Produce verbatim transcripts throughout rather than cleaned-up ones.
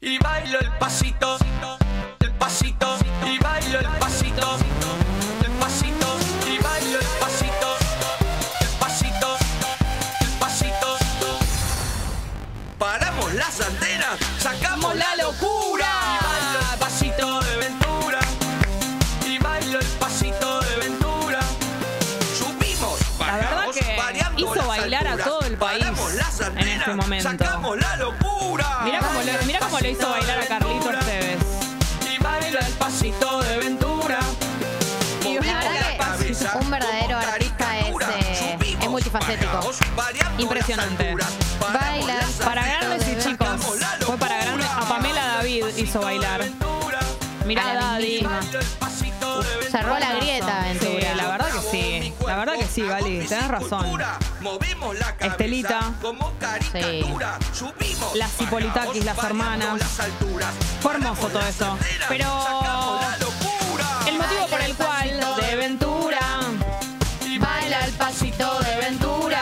Y bailo el pasito, el pasito, y bailo el pasito, el pasito, y bailo el pasito, el pasito, el pasito. Paramos las antenas, sacamos la locura. Y bailo el pasito de Ventura, y bailo el pasito de Ventura. Subimos, la verdad que hizo bailar a todo el país en este momento. Sacamos la locura. Mirá cómo lo, mirá cómo lo hizo bailar a Carlitos Tevez. Y baila el pasito de Ventura. Y la verdad que un verdadero artista es, eh, es multifacético. Impresionante. Baila. Para grandes y chicos. Fue para grandes. A Pamela David hizo bailar. Mirá a Daddy. Cerró la grieta, Ventura. Sí, la verdad que sí. La verdad que sí, Gali. Tenés razón. Estelita. Sí. Las Hipolitakis, las hermanas. Fue hermoso todo eso. Pero el motivo por el cual de Ventura baila el pasito de Ventura.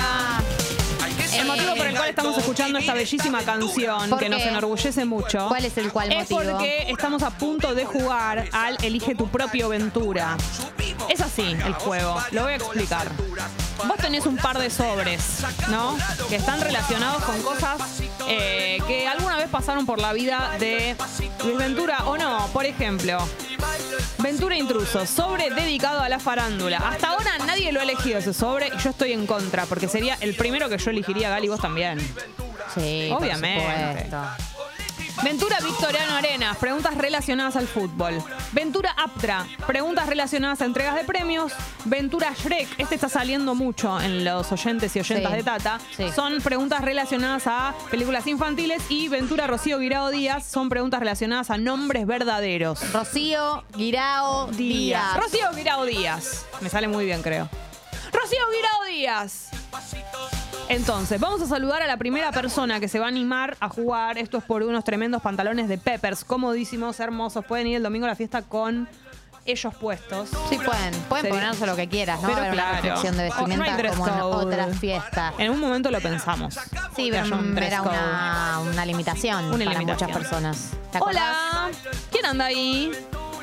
El motivo por el cual estamos escuchando esta bellísima canción que nos enorgullece mucho. ¿Cuál es el cual es motivo? Porque estamos a punto de jugar al Elige tu propio Ventura. Es así el juego, lo voy a explicar. Vos tenés un par de sobres, ¿no? Que están relacionados con cosas eh, que alguna vez pasaron por la vida de Luis Ventura o no. Por ejemplo, Ventura Intruso, sobre dedicado a la farándula. Hasta ahora nadie lo ha elegido ese sobre y yo estoy en contra, porque sería el primero que yo elegiría, Gali, vos también. Sí, obviamente. Ventura Victoriano Arenas, preguntas relacionadas al fútbol. Ventura Aptra, preguntas relacionadas a entregas de premios. Ventura Shrek, este está saliendo mucho en los oyentes y oyentas sí, de Tata. Sí. Son preguntas relacionadas a películas infantiles. Y Ventura Rocío Guirao Díaz son preguntas relacionadas a nombres verdaderos. Rocío Guirao Díaz. Díaz. Rocío Guirao Díaz. Me sale muy bien, creo. Rocío Guirao Díaz. Entonces, vamos a saludar a la primera persona que se va a animar a jugar. Esto es por unos tremendos pantalones de Peppers, comodísimos, hermosos. Pueden ir el domingo a la fiesta con ellos puestos. Sí, pueden. Pueden Sí. ponerse lo que quieras, ¿no? Pero Va a haber claro. una sección de vestimenta No hay dress como en code. otras fiestas. En un momento lo pensamos. Sí, Que haya un dress era code. una, una limitación Una para limitación. muchas personas. ¿Te acordás? Hola, ¿quién anda ahí?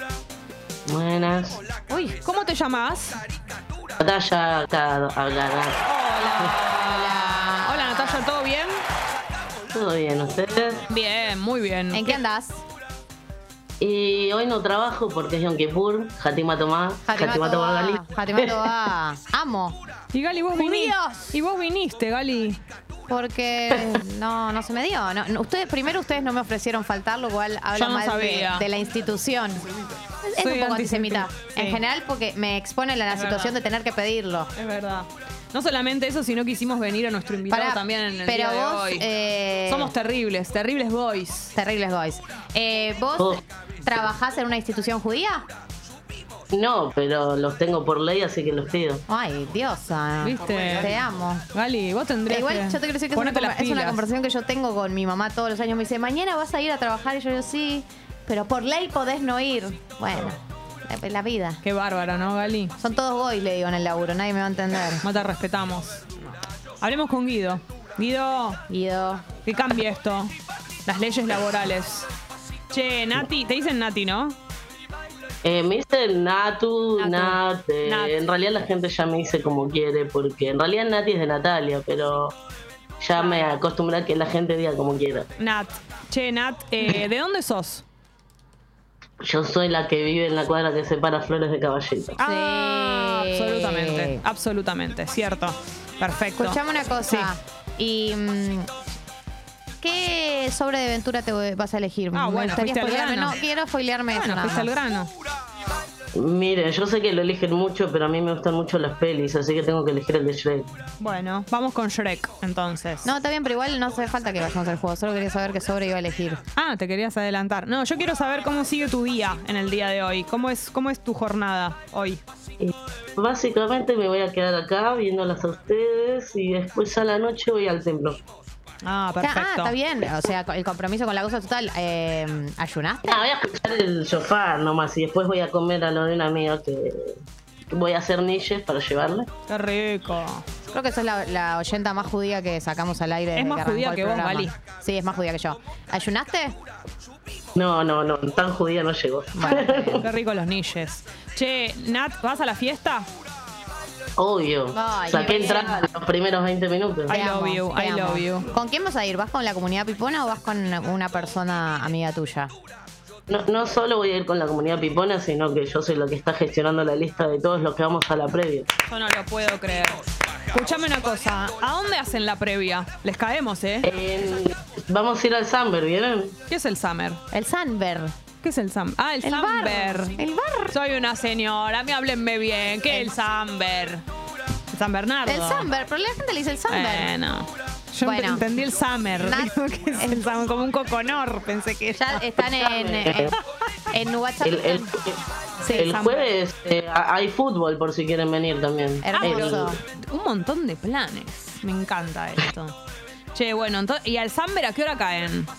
Buenas. Uy, ¿cómo te llamas? Natalia acá hablar. Hola. Hola, Natalia, ¿todo bien? ¿Todo bien, ustedes? Bien, muy bien. ¿En qué andás? Y hoy no trabajo porque es Yom Kippur, Hatima Tomá, Hatima Tomá Gali. Hatima Tomá. Amo. Y Gali, vos viniste. ¡Judíos! Y vos viniste, Gali. Porque no, no se me dio. No, no, ustedes, primero ustedes no me ofrecieron faltar, lo cual habla Yo no mal de, sabía. de la institución. Es Soy un poco antisemita. antisemita. Sí. En general porque me exponen a la Es situación verdad. de tener que pedirlo. Es verdad. No solamente eso, sino que hicimos venir a nuestro invitado Pará, también en el pero día de vos, hoy. eh, Somos terribles, terribles boys. Terribles boys. Eh, ¿Vos Oh. trabajás en una institución judía? No, pero los tengo por ley, así que los pido. Ay, diosa. ¿Viste? Te amo. Gali, vos tendrías Igual que yo te quiero decir que es una, ponerte las conver- es una pilas. conversación que yo tengo con mi mamá todos los años. Me dice, mañana vas a ir a trabajar. Y yo digo, sí, pero por ley podés no ir. Bueno, la, la vida. Qué bárbara, ¿no, Gali? Son todos boys, le digo en el laburo. Nadie me va a entender. No te respetamos. Hablemos con Guido. Guido, Guido. que cambie esto. Las leyes laborales. Che, Nati, te dicen Nati, ¿no? Eh, me dicen Natu, Natu. Nat. eh, Nat. En realidad la gente ya me dice como quiere, porque en realidad Nati es de Natalia, pero ya me acostumbré a que la gente diga como quiera. Nat. Che, Nat, eh, ¿de dónde sos? Yo soy la que vive en la cuadra que separa Flores de Caballito. Ah, Sí. absolutamente, absolutamente, cierto. Perfecto. Escuchame una cosa. Y. mm, ¿Qué sobre de aventura te vas a elegir? Ah, Me bueno, gustaría fuiste al spoilearme. grano. No quiero spoilearme eso. Bueno, nada fuiste al más. grano. Miren, yo sé que lo eligen mucho, pero a mí me gustan mucho las pelis, así que tengo que elegir el de Shrek. Bueno, vamos con Shrek, entonces. No, está bien, pero igual no hace falta que vayamos al juego. Solo quería saber qué sobre iba a elegir. Ah, te querías adelantar. No, yo quiero saber cómo sigue tu día en el día de hoy. ¿Cómo es, cómo es tu jornada hoy? Y básicamente me voy a quedar acá viéndolas a ustedes y después a la noche voy al templo. Ah, Ah, perfecto. está bien. O sea, el compromiso con la cosa total. Eh, ¿Ayunaste? Ah, voy a escuchar el sofá nomás y después voy a comer a lo de una amiga que, que voy a hacer niches para llevarle. Qué rico. Qué Creo que sos la, la oyenta más judía que sacamos al aire. Es desde más que judía arrancó el que vos, programa. Gali. Sí, es más judía que yo. ¿Ayunaste? No, no, no, tan judía no llegó. Qué rico los niches. Che, Nat, ¿vas a la fiesta? Obvio. Ay, Saqué qué bien. entrada en los primeros veinte minutos. I Te love amo, you, te I amo. love you. ¿Con quién vas a ir? ¿Vas con la comunidad pipona o vas con una persona amiga tuya? No, no solo voy a ir con la comunidad pipona, sino que yo soy la que está gestionando la lista de todos los que vamos a la previa. Yo no lo puedo creer. Escuchame una cosa. ¿A dónde hacen la previa? Les caemos, ¿eh? En- vamos a ir al Samber, ¿vieron? ¿Qué es el Summer? El Sunber. ¿Qué es el Sam? Ah, el, El bar. Samber. El bar. Soy una señora, me háblenme bien. ¿Qué es el Samber? El San Bernardo. El Sunber, pero la gente le dice el Sunber. Bueno. Yo Bueno. entendí el Summer. Nat- Digo, ¿qué es el Summer? Como un coconor, pensé que Ya están en, en, en WhatsApp. El, el- Sí, el Samber. jueves eh, hay fútbol por si quieren venir también. Hermoso. El- Un montón de planes. Me encanta esto. Che, bueno, entonces, ¿y al Samber a qué hora caen?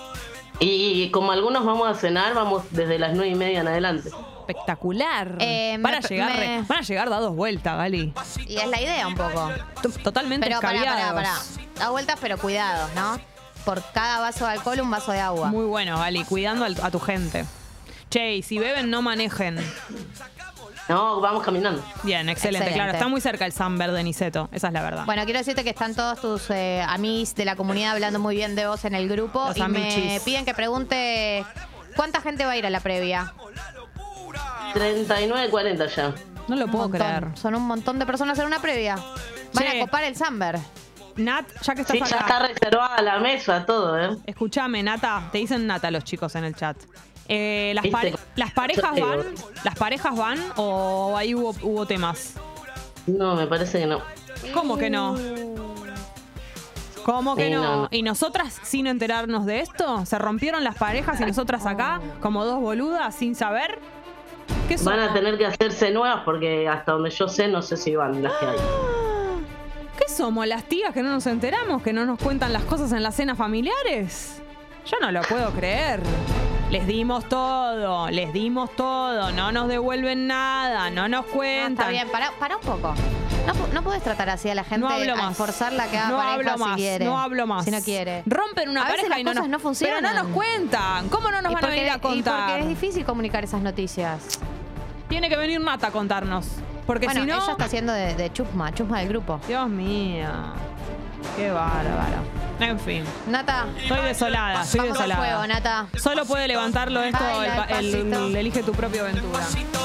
y como algunos vamos a cenar, vamos desde las nueve y media en adelante. Espectacular. Eh, van, a me- llegar, re- me- van a llegar dados vueltas, Gali. Y es la idea un poco. T- Totalmente Pero pará, pará, escabiados. pará. Da vueltas, pero cuidados, ¿no? Por cada vaso de alcohol, un vaso de agua. Muy bueno, Gali, cuidando al- a tu gente. Che, y si beben, no manejen. No, vamos caminando. Bien, excelente, Excelente. claro. Está muy cerca el Samber de Niceto, esa es la verdad. Bueno, quiero decirte que están todos tus eh, amigos de la comunidad hablando muy bien de vos en el grupo. Los y me amichis. piden que pregunte cuánta gente va a ir a la previa. treinta y nueve cuarenta ya. no lo Un puedo montón. creer. Son un montón de personas en una previa. Van Che. a copar el Samber. Nat, ya que estás Sí, ya acá, está reservada la mesa, todo, ¿eh? escúchame, Nata, te dicen Nata los chicos en el chat. Eh, las, ¿Viste? pare- ¿Las parejas Yo van? digo. ¿Las parejas van o ahí hubo, hubo temas? No, me parece que no. ¿Cómo que no? ¿Cómo que Sí, no? no, no. ¿Y nosotras sin enterarnos de esto? ¿Se rompieron las parejas y nosotras acá como dos boludas sin saber? ¿Qué Van a somos? tener que hacerse nuevas porque hasta donde yo sé, no sé si van las que hay. ¿Qué somos? ¿Las tías que no nos enteramos? ¿Que no nos cuentan las cosas en las cenas familiares? Yo no lo puedo creer. Les dimos todo, les dimos todo, no nos devuelven nada, no nos No, cuentan. está bien, para, para un poco. No, pu- no puedes tratar así a la gente, No hablo a más. forzarla a que haga no pareja hablo si más, quiere. no hablo más. Si no quiere. Rompen una A veces pareja las y no cosas nos, no funcionan. Pero no nos cuentan. ¿Cómo no nos Y van a porque- venir a Y contar? porque es difícil comunicar esas noticias. Tiene que venir Nata a contarnos. Porque Bueno, si no. ella está haciendo de, de chusma, chusma del grupo. Dios mío. Qué bárbaro. En fin. Nata, Estoy desolada, estoy vamos al desolada. juego, Nata. Solo puede levantarlo esto Baila el, el- despacito. el Elige tu propia aventura.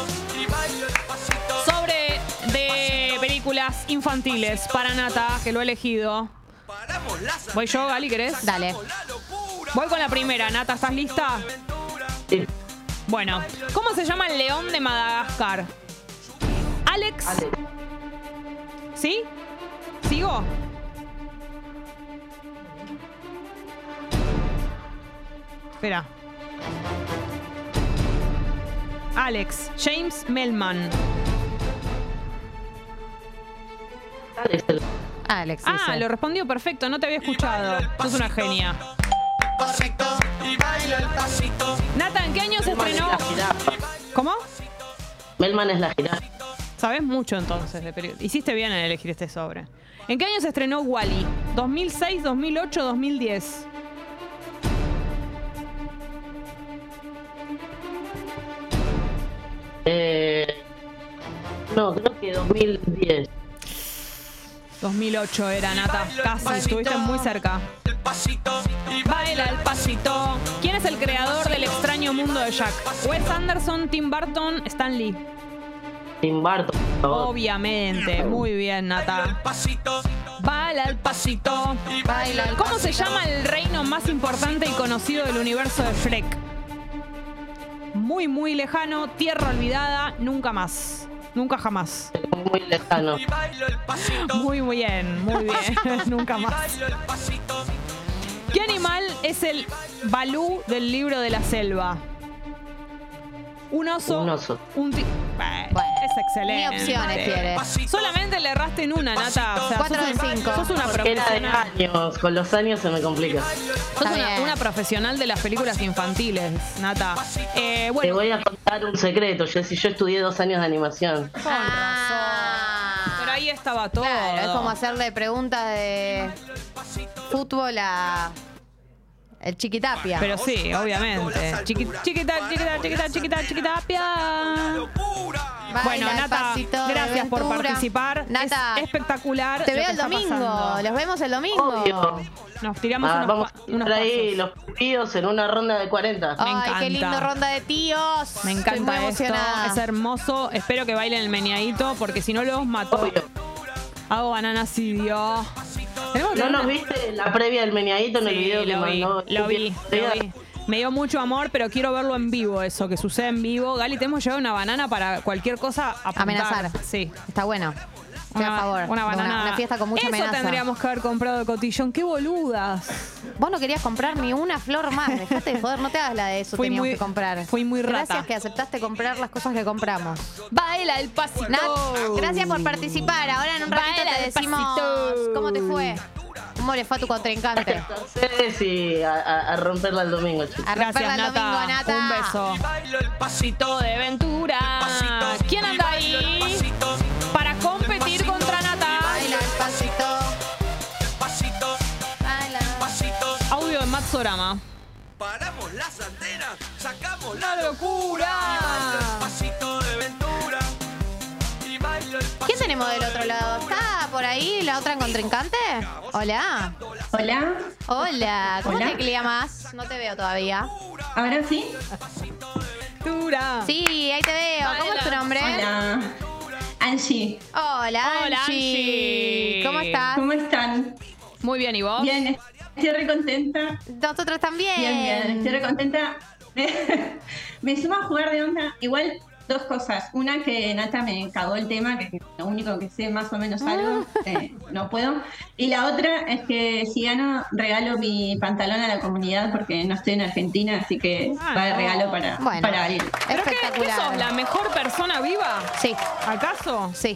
Sobre de películas infantiles para Nata, que lo he elegido. Voy yo, Gali, ¿querés? Dale. Voy con la primera. Nata, ¿estás lista? Sí. Bueno, ¿cómo se llama el león de Madagascar? Alex. Alex. ¿Sí? ¿Sigo? Espera. Alex. James Melman. Alex, el- Alex. Ah, dice. lo respondió perfecto. No te había escuchado. Sos una genia. Pasito y baila el pasito. Nata, ¿en qué año se Melman es estrenó? la jirafa. ¿Cómo? Melman es la jirafa. Sabes mucho entonces de películas. Hiciste bien en elegir este sobre. ¿En qué año se estrenó Wall-E? ¿dos mil seis, dos mil ocho, dos mil diez? Eh, no, creo que dos mil diez. dos mil ocho era, Nata. Casi, estuviste muy cerca. El pasito y Baila el pasito. ¿Quién es el creador del extraño mundo de Jack? Wes Anderson, Tim Burton, Stan Lee. Tim Burton, por favor. Obviamente. Muy bien, Nata. pasito Baila el pasito. y baila el ¿Cómo se llama el reino más importante y conocido del universo de Shrek? Muy, muy lejano, tierra olvidada, nunca más. Nunca jamás. Muy lejano. y bailo el pasito. Muy, muy bien, muy bien. nunca más. Bailo el pasito. ¿Qué animal es el Balú del libro de la selva? Un oso. Un oso. Un ti- Bah, Bueno, es excelente. ni opciones quiere. Solamente le erraste en una, Nata. O sea, Cuatro sos de un- cinco. Sos una Porque era de profesional. años. Con los años se me complica. Sos Está una, bien. una profesional de las películas infantiles, Nata. Eh, Te bueno, voy a contar un secreto, Jessy. Yo estudié dos años de animación. Ah. pero ahí estaba todo. Claro, es como hacerle preguntas de fútbol a el Chiquitapia. Pero sí, obviamente. Chiqui, chiquita, chiquita, chiquita, chiquita, chiquitapia. Baila Bueno, el Nata, pasito de gracias por Ventura. participar. Nata, es espectacular. te lo veo que el está domingo. pasando. Los vemos el domingo. Obvio. Nos tiramos Ah, unos, vamos pa- a unos estar ahí pasos. los pibos en una ronda de cuarenta. Me Ay, encanta. qué lindo ronda de tíos. Me Estoy muy encanta esto. emocionada. Es hermoso. Espero que bailen el meneadito porque si no los mato. Obvio. Hago banana si Dios. Tenemos que ¿No ver nos una- viste la previa del meneadito en el Sí, video que lo vi, mandó? lo vi, Chupi? lo vi. Me dio mucho amor, pero quiero verlo en vivo, eso, que sucede en vivo. Gali, te hemos llevado una banana para cualquier cosa apuntar. Amenazar. Sí. Está bueno. Estoy a favor. Una banana. Una, fiesta con mucha Eso amenaza. tendríamos que haber comprado de cotillón. ¡Qué boludas! Vos no querías comprar ni una flor más. Dejate de joder, no te hagas la de eso. Fui Teníamos muy- que comprar. fui muy rata. Gracias que aceptaste comprar las cosas que compramos. Baila el pasito. Nat, gracias por participar. Ahora en un ratito Baila te decimos despacito. cómo te fue. ¿Cómo le fue a tu contrincante? Entonces, sí, a, a- a romperla el domingo, chicos. A romperla Gracias, el Nata. domingo, Nata. Un beso. Bailo el pasito De Ventura. ¿Quién anda ahí para competir contra Nata? Baila el pasito. pasito, Baila. pasito. Audio de Matsorama. Paramos las antenas, sacamos ¡La la locura! pasito de Ventura. Y bailo el pasito. ¿Quién tenemos del otro lado? ¿Está por ahí la otra contrincante? Hola. Hola, Hola. ¿Cómo Hola. te llamas? No te veo todavía. ¿ahora sí? Ventura. Sí, ahí te veo. ¿Cómo es tu nombre? Hola, Angie, Hola, Hola, Angie. Angie. ¿Cómo estás? ¿cómo están? Muy bien, ¿y vos? Bien, estoy re contenta. Nosotros también. Bien, bien, estoy re contenta. Me sumo a jugar de onda. Igual, dos cosas. Una, que Nata me cagó el tema, que es lo único que sé más o menos algo, eh, no puedo. Y la otra es que si gano, regalo mi pantalón a la comunidad porque no estoy en Argentina, así que Ah, va de no. regalo para, Bueno. para alguien. ¿Pero qué, qué Espectacular. sos? ¿La mejor persona viva? Sí, ¿Acaso? sí.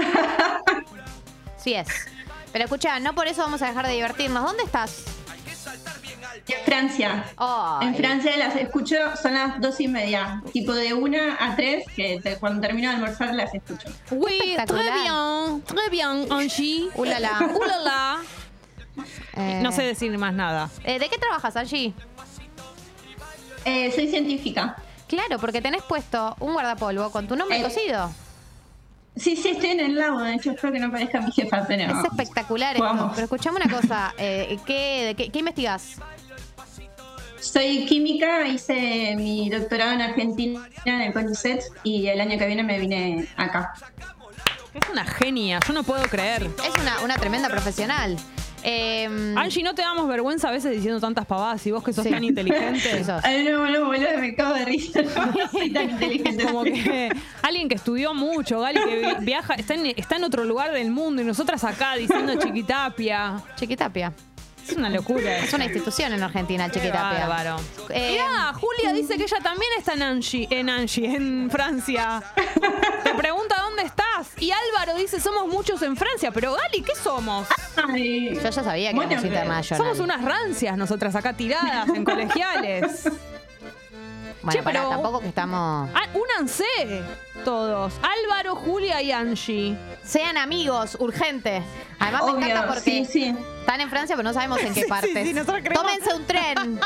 Sí es. Pero escucha, no por eso vamos a dejar de divertirnos. ¿Dónde estás? En Francia. Ay. En Francia las escucho, son las dos y media. Tipo de una a tres, que te- cuando termino de almorzar las escucho. Oui, espectacular. très bien, très bien, Angie. Ulala. Ulala. Eh, No sé decir más nada. eh, ¿De qué trabajas, Angie? Eh, soy científica. Claro, porque tenés puesto un guardapolvo con tu nombre Eh, cosido. Sí, sí, estoy en el lago. De hecho, espero que no parezca mi jefa, pero... Es espectacular esto. Vamos. Pero escuchame una cosa. Eh, ¿qué, de qué, ¿Qué investigás? Soy química, hice mi doctorado en Argentina, en el CONICET, y el año que viene me vine acá. Es una genia, yo no puedo creer. Es una, una tremenda profesional. Eh, Angie, ¿no te damos vergüenza a veces diciendo tantas pavadas y vos que sos Sí. tan inteligente? Sí, sos. Ay, no, no, boludo, me cago de risa. No soy tan inteligente. Como que alguien que estudió mucho, Gali, que vi- viaja, está en, está en otro lugar del mundo y nosotras acá diciendo Chiquitapia. Chiquitapia. Es una locura. Es una institución en Argentina, Qué Chiquitapia. bárbaro. Eh, Mirá, Julia dice que ella también está en Angie, en Angie, en Francia. Te pregunta dónde estás. Y Álvaro dice, somos muchos en Francia. Pero Gali, ¿qué somos? Ay. Yo ya sabía que Bueno, éramos internacional. Somos unas rancias nosotras acá tiradas en colegiales. Bueno, Che, pará, pero- tampoco que estamos... Ah, únanse todos. Álvaro, Julia y Angie. Sean amigos, urgente. Además me Obvio, encanta porque sí, sí. están en Francia, pero no sabemos en qué Sí, sí, partes. sí, nosotros creemos- Tómense un tren.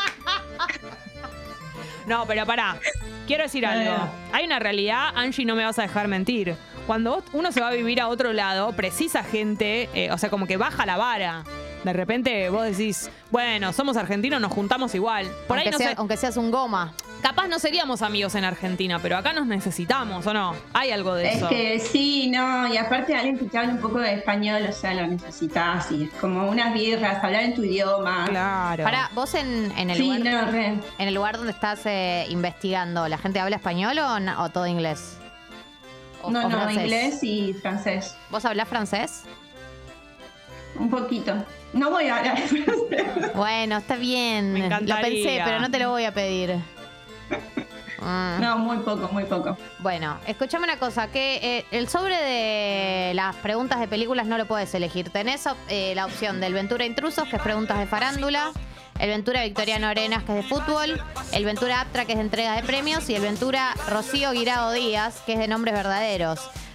No, pero pará. Quiero decir algo. Hay una realidad, Angie, no me vas a dejar mentir. Cuando vos- uno se va a vivir a otro lado, precisa gente, eh, o sea, como que baja la vara. De repente vos decís, bueno, somos argentinos, nos juntamos igual. Por aunque, ahí no sea- sé, aunque seas un goma. capaz no seríamos amigos en Argentina, pero acá nos necesitamos, ¿o no? Hay algo de Es eso. que sí, no, y aparte alguien que te habla un poco de español, o sea, lo necesitas, y es como unas birras, hablar en tu idioma. Claro. Pará, vos en, en el Sí, lugar, no, re. en el lugar donde estás eh, investigando, ¿la gente habla español o, na- o todo inglés? O- No, o no, francés. inglés y francés. ¿Vos hablás francés? Un poquito. No voy a hablar francés. Bueno, está bien. Me Lo encantaría. pensé, pero no te lo voy a pedir. Ah. No, muy poco, muy poco. Bueno, escúchame una cosa, que eh, el sobre de las preguntas de películas no lo puedes elegir. Tenés op- eh, la opción del Ventura Intrusos, que es preguntas de farándula, el Ventura Victoriano Arenas, que es de fútbol, el Ventura Aptra, que es de entrega de premios, y el Ventura Rocío Guirao Díaz, que es de nombres verdaderos.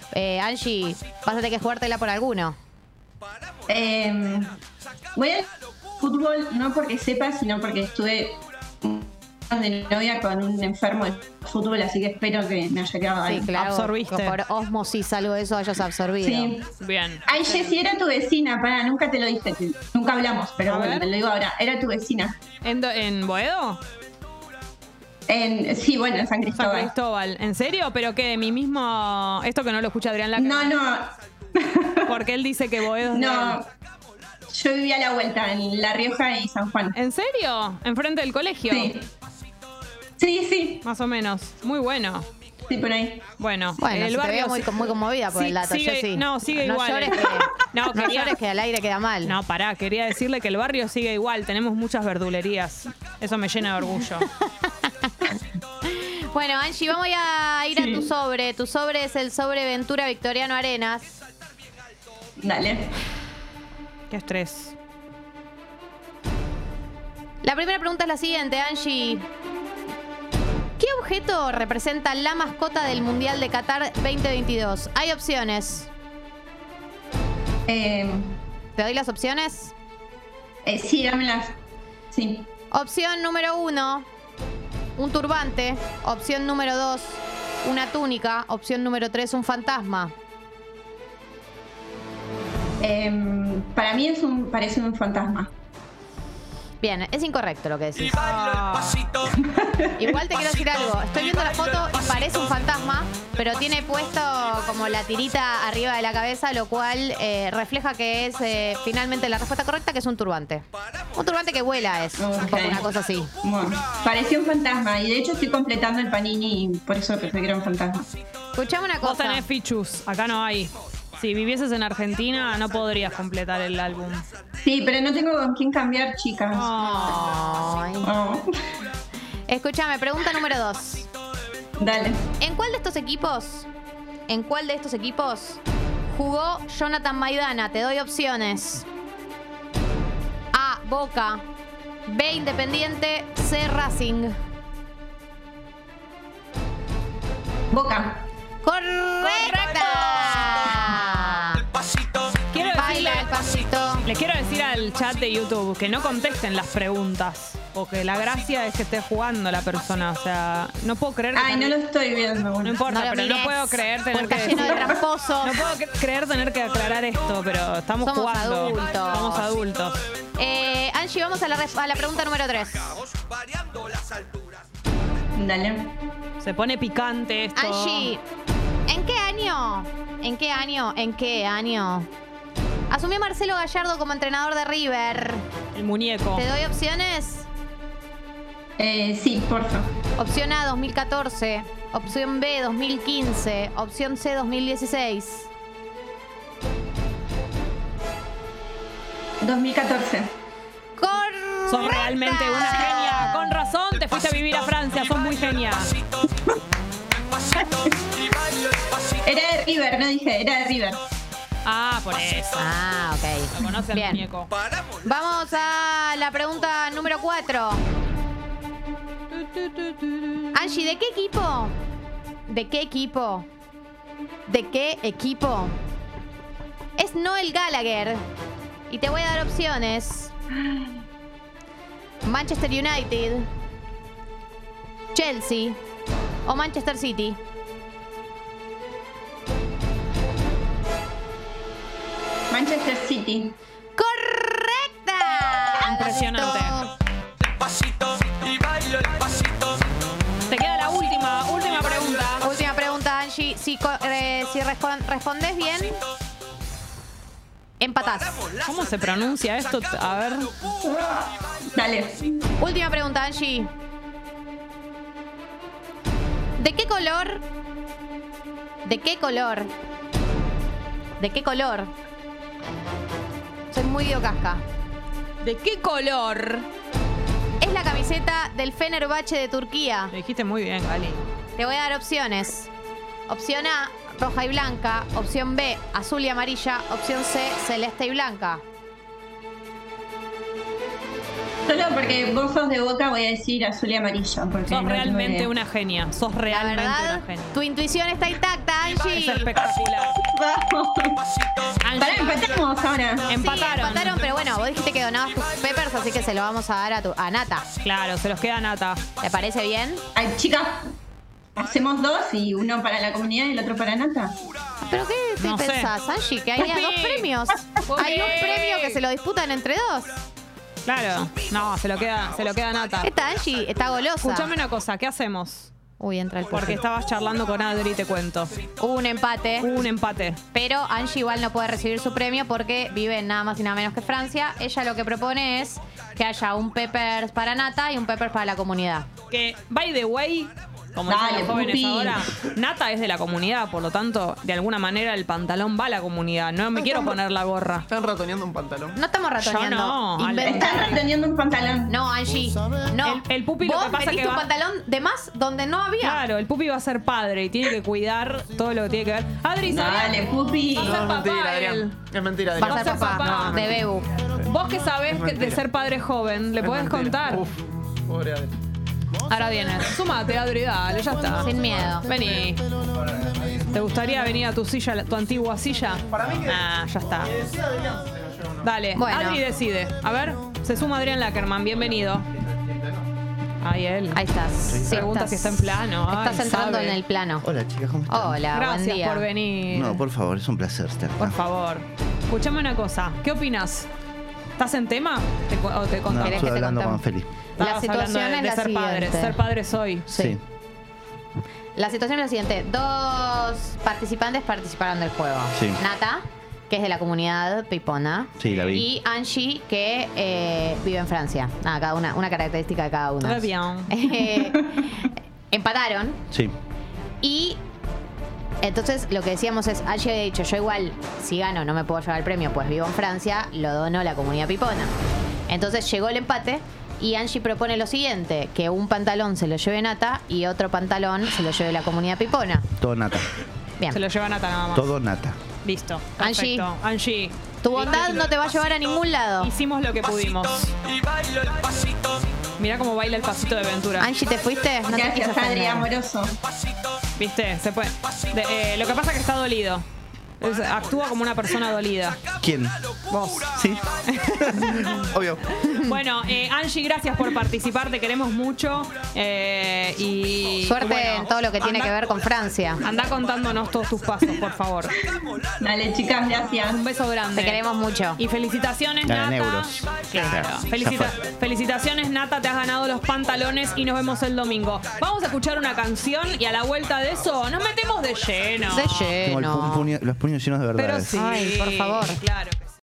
Eh, Angie, vas a tener que jugártela por alguno. Eh, voy al fútbol no porque sepa, sino porque estuve de novia con un enfermo de fútbol, así que espero que me haya quedado Sí, algo. claro. Absorbiste. que Por osmosis algo de eso hayas absorbido. Sí. Bien. Ay, Jessy, era tu vecina, para, nunca te lo dije, te- nunca hablamos, pero A bueno, ver. te lo digo ahora, era tu vecina. ¿En, do- en Boedo? En, sí, bueno, en San San Cristóbal. Cristóbal. ¿En serio? ¿Pero qué? ¿Mi mismo...? Esto que no lo escucha Adrián Laca. No, no, Porque él dice que Boedo es de no. él. Yo vivía a la vuelta, en La Rioja y San Juan. ¿En serio? ¿Enfrente del colegio? Sí. Sí, sí, Más o menos. Muy bueno. sí, por ahí. Bueno, Bueno, el se te barrio veo muy, sí- muy conmovida por sí, el dato, sigue- Jessy. No, sigue no igual. Llores que, No, no, quería- llores que al aire queda mal. No, pará, quería decirle que el barrio sigue igual. Tenemos muchas verdulerías. Eso me llena de orgullo. Bueno, Angie, vamos a ir Sí. a tu sobre. Tu sobre es el sobre Ventura Victoriano Arenas. Dale. Qué estrés. La primera pregunta es la siguiente, Angie. ¿Qué objeto representa la mascota del Mundial de Qatar veinte veintidós? Hay opciones. Eh, ¿Te doy las opciones? eh, sí, dámelas. Sí. Opción número uno, un turbante. Opción número dos, una túnica. Opción número tres, un fantasma. Eh, para mí es un, parece un fantasma. Bien, es incorrecto lo que Y decís. bailo el pasito. Igual te quiero decir algo. Estoy viendo la foto y parece un fantasma, pero tiene puesto como la tirita arriba de la cabeza, lo cual eh, refleja que es eh, finalmente la respuesta correcta, que es un turbante. Un turbante que vuela es, un Ok. poco una cosa así. Bueno, parecía un fantasma y de hecho estoy completando el panini y por eso pensé que era un fantasma. Escuchame una Vos cosa. tenés fichus. Acá no hay. Si vivieses en Argentina, no podrías completar el álbum. Sí, pero no tengo con quién cambiar, chicas. Ay. Oh. Escúchame, pregunta número dos. Dale. ¿En cuál de estos equipos, en cuál de estos equipos jugó Jonathan Maidana? Te doy opciones. A, Boca. B, Independiente. C, Racing. Boca. ¡Correcta! Pasito. Quiero decirle, Baila el pasito. les quiero decir al chat de YouTube que no contesten las preguntas. Porque la gracia es que esté jugando la persona. O sea, no puedo creer que... Ay, no lo estoy viendo. No Bueno. importa, No lo pero mires, no puedo creer tener porque que está lleno de decir- tramposos. No puedo cre- creer tener que aclarar esto, pero estamos Somos jugando. adultos. Somos adultos. Eh, Angie, vamos a la, res- a la pregunta número tres. Dale. Se pone picante esto. Angie, ¿en qué año? ¿En qué año? ¿En qué año? Asumió Marcelo Gallardo como entrenador de River. El muñeco. ¿Te doy opciones? Eh, sí, porfa. Opción A, dos mil catorce. Opción B, dos mil quince. Opción C, dos mil dieciséis. dos mil catorce. ¡Correcta! Sos realmente una genia. Con razón te fuiste a vivir a Francia. Sos muy genia. Era de River, no dije, era de River. Ah, por eso. Ah, ok. Lo conoce al Bien. muñeco. Vamos a la pregunta número cuatro. Angie, ¿de qué equipo? ¿De qué equipo? ¿De qué equipo? Es Noel Gallagher. Y te voy a dar opciones. Manchester United, Chelsea o Manchester City. Manchester City. ¡Correcta! Impresionante. Pasito. Y bailo el pasito. Te queda la última, última pregunta. Última pregunta, Angie. Si, co- eh, si respon- respondes bien, empatás. ¿Cómo se pronuncia esto? A ver. Dale. Última pregunta, Angie. ¿De qué color? ¿De qué color? ¿De qué color? Soy muy idiocasca. ¿De qué color? Es la camiseta del Fenerbahce de Turquía. Lo dijiste muy bien, Gali. Te voy a dar opciones. Opción A, roja y blanca. Opción B, azul y amarilla. Opción C, celeste y blanca. Solo porque vos sos de Boca voy a decir azul y amarillo. Porque Sos no realmente tengo idea. una genia. Sos La realmente verdad, una genia. tu intuición está intacta, Es Angie. espectacular. Vamos. Angie, Pará, empatamos ahora. Sí, empataron. empataron, pero bueno, vos dijiste que donabas tus peppers, así que se lo vamos a dar a, tu, a Nata. Claro, se los queda Nata. ¿Te parece bien? Ay, chicas, hacemos dos y uno para la comunidad y el otro para Nata. ¿Pero qué te No sé. pensás, Angie? Que hay Pupi. dos premios. Pupi. Hay un premio que se lo disputan entre dos. Claro. No, se lo queda, se lo queda Nata. Esta Angie está golosa. Escuchame una cosa, ¿qué hacemos? Uy, entra el Porque Pupi. estabas charlando con Adri, te cuento. Hubo un empate. Hubo un empate. Pero Angie igual no puede recibir su premio porque vive en nada más y nada menos que Francia. Ella lo que propone es que haya un Peppers para Nata y un Peppers para la comunidad. Que, by the way, como Dale, dicen los jóvenes Pupi. ahora, Nata es de la comunidad, por lo tanto, de alguna manera el pantalón va a la comunidad. No me quiero poner la gorra. ¿Están ratoneando un pantalón? No estamos ratoneando. Yo no, Ale. Inventa- Están reteniendo un pantalón. No, Angie. No. El- el Pupi lo Vos que pasa metiste que un va- pantalón de más donde no había. Claro, el Pupi va a ser padre y tiene que cuidar todo lo que tiene que ver. Adri, ¿sabés? Dale, Pupi. Va a ser No, es papá mentira, él. Adrián. Es mentira, Va Adrián. a ser Va a ser papá, papá. de Bebu. Vos que sabés Es que de mentira. ser padre joven, ¿le Es podés mentira. contar? Uf, pobre Adri. Ahora viene. Sumate, Adri, dale, ya está. Sin miedo. Vení. ¿Te gustaría venir a tu silla, tu antigua silla? Para mí que- Ah, ya está. Dale, Bueno. Adri decide. A ver, se suma Adrián Lackerman, bienvenido. Ahí él. Ahí estás. Sí, Pregunta si está en plano. Estás Ay, entrando sabe. en el plano. Hola chicas, ¿cómo están? Hola, buen Gracias día. por venir. No, por favor, es un placer estar acá. Por favor. Escuchame una cosa. ¿Qué opinas? ¿Estás en tema? ¿Te, cu- o te No, contamos? ¿Querés que estoy te hablando contemos? con Feli. La Estabas situación hablando de, es de la ser padre. siguiente. Ser padre soy. Sí. La situación es la siguiente. Dos participantes participaron del juego. Sí. Nata, que es de la comunidad pipona. Sí, la vi. Y Angie, que eh, vive en Francia. Nada, cada una, una característica de cada uno. Très bien. Eh, empataron. Sí. Y entonces lo que decíamos es, Angie había dicho, yo igual, si gano no me puedo llevar el premio, pues vivo en Francia, lo dono a la comunidad pipona. Entonces llegó el empate y Angie propone lo siguiente, que un pantalón se lo lleve Nata y otro pantalón se lo lleve la comunidad pipona. Todo nata. Bien. Se lo lleva Nata nada más. Todo nata. Listo. Angie. Perfecto. Angie. Tu bondad no te va a llevar a ningún lado. Hicimos lo que pudimos. Y bailo el pasito, Mirá cómo baila el pasito de Ventura. Angie, ¿te fuiste? No te quise Gracias, Adri, ofender. amoroso. ¿Viste? Se puede. De- eh, lo que pasa es que está dolido. Es- actúa como una persona dolida. ¿Quién? Vos. Sí. Obvio. Bueno, eh, Angie, gracias por participar. Te queremos mucho. Eh, y. Suerte bueno, en todo lo que tiene que ver con Francia. Anda contándonos todos tus pasos, por favor. Dale, chicas, gracias. Un beso grande. Te queremos mucho. Y felicitaciones, Ganan Nata. euros. Claro. Ya Felicita- fue. felicitaciones, Nata. Te has ganado los pantalones y nos vemos el domingo. Vamos a escuchar una canción y a la vuelta de eso nos metemos de lleno. De Tengo el lleno. pu- puño- los puños llenos de verdad. Pero sí. Ay, por favor. Claro.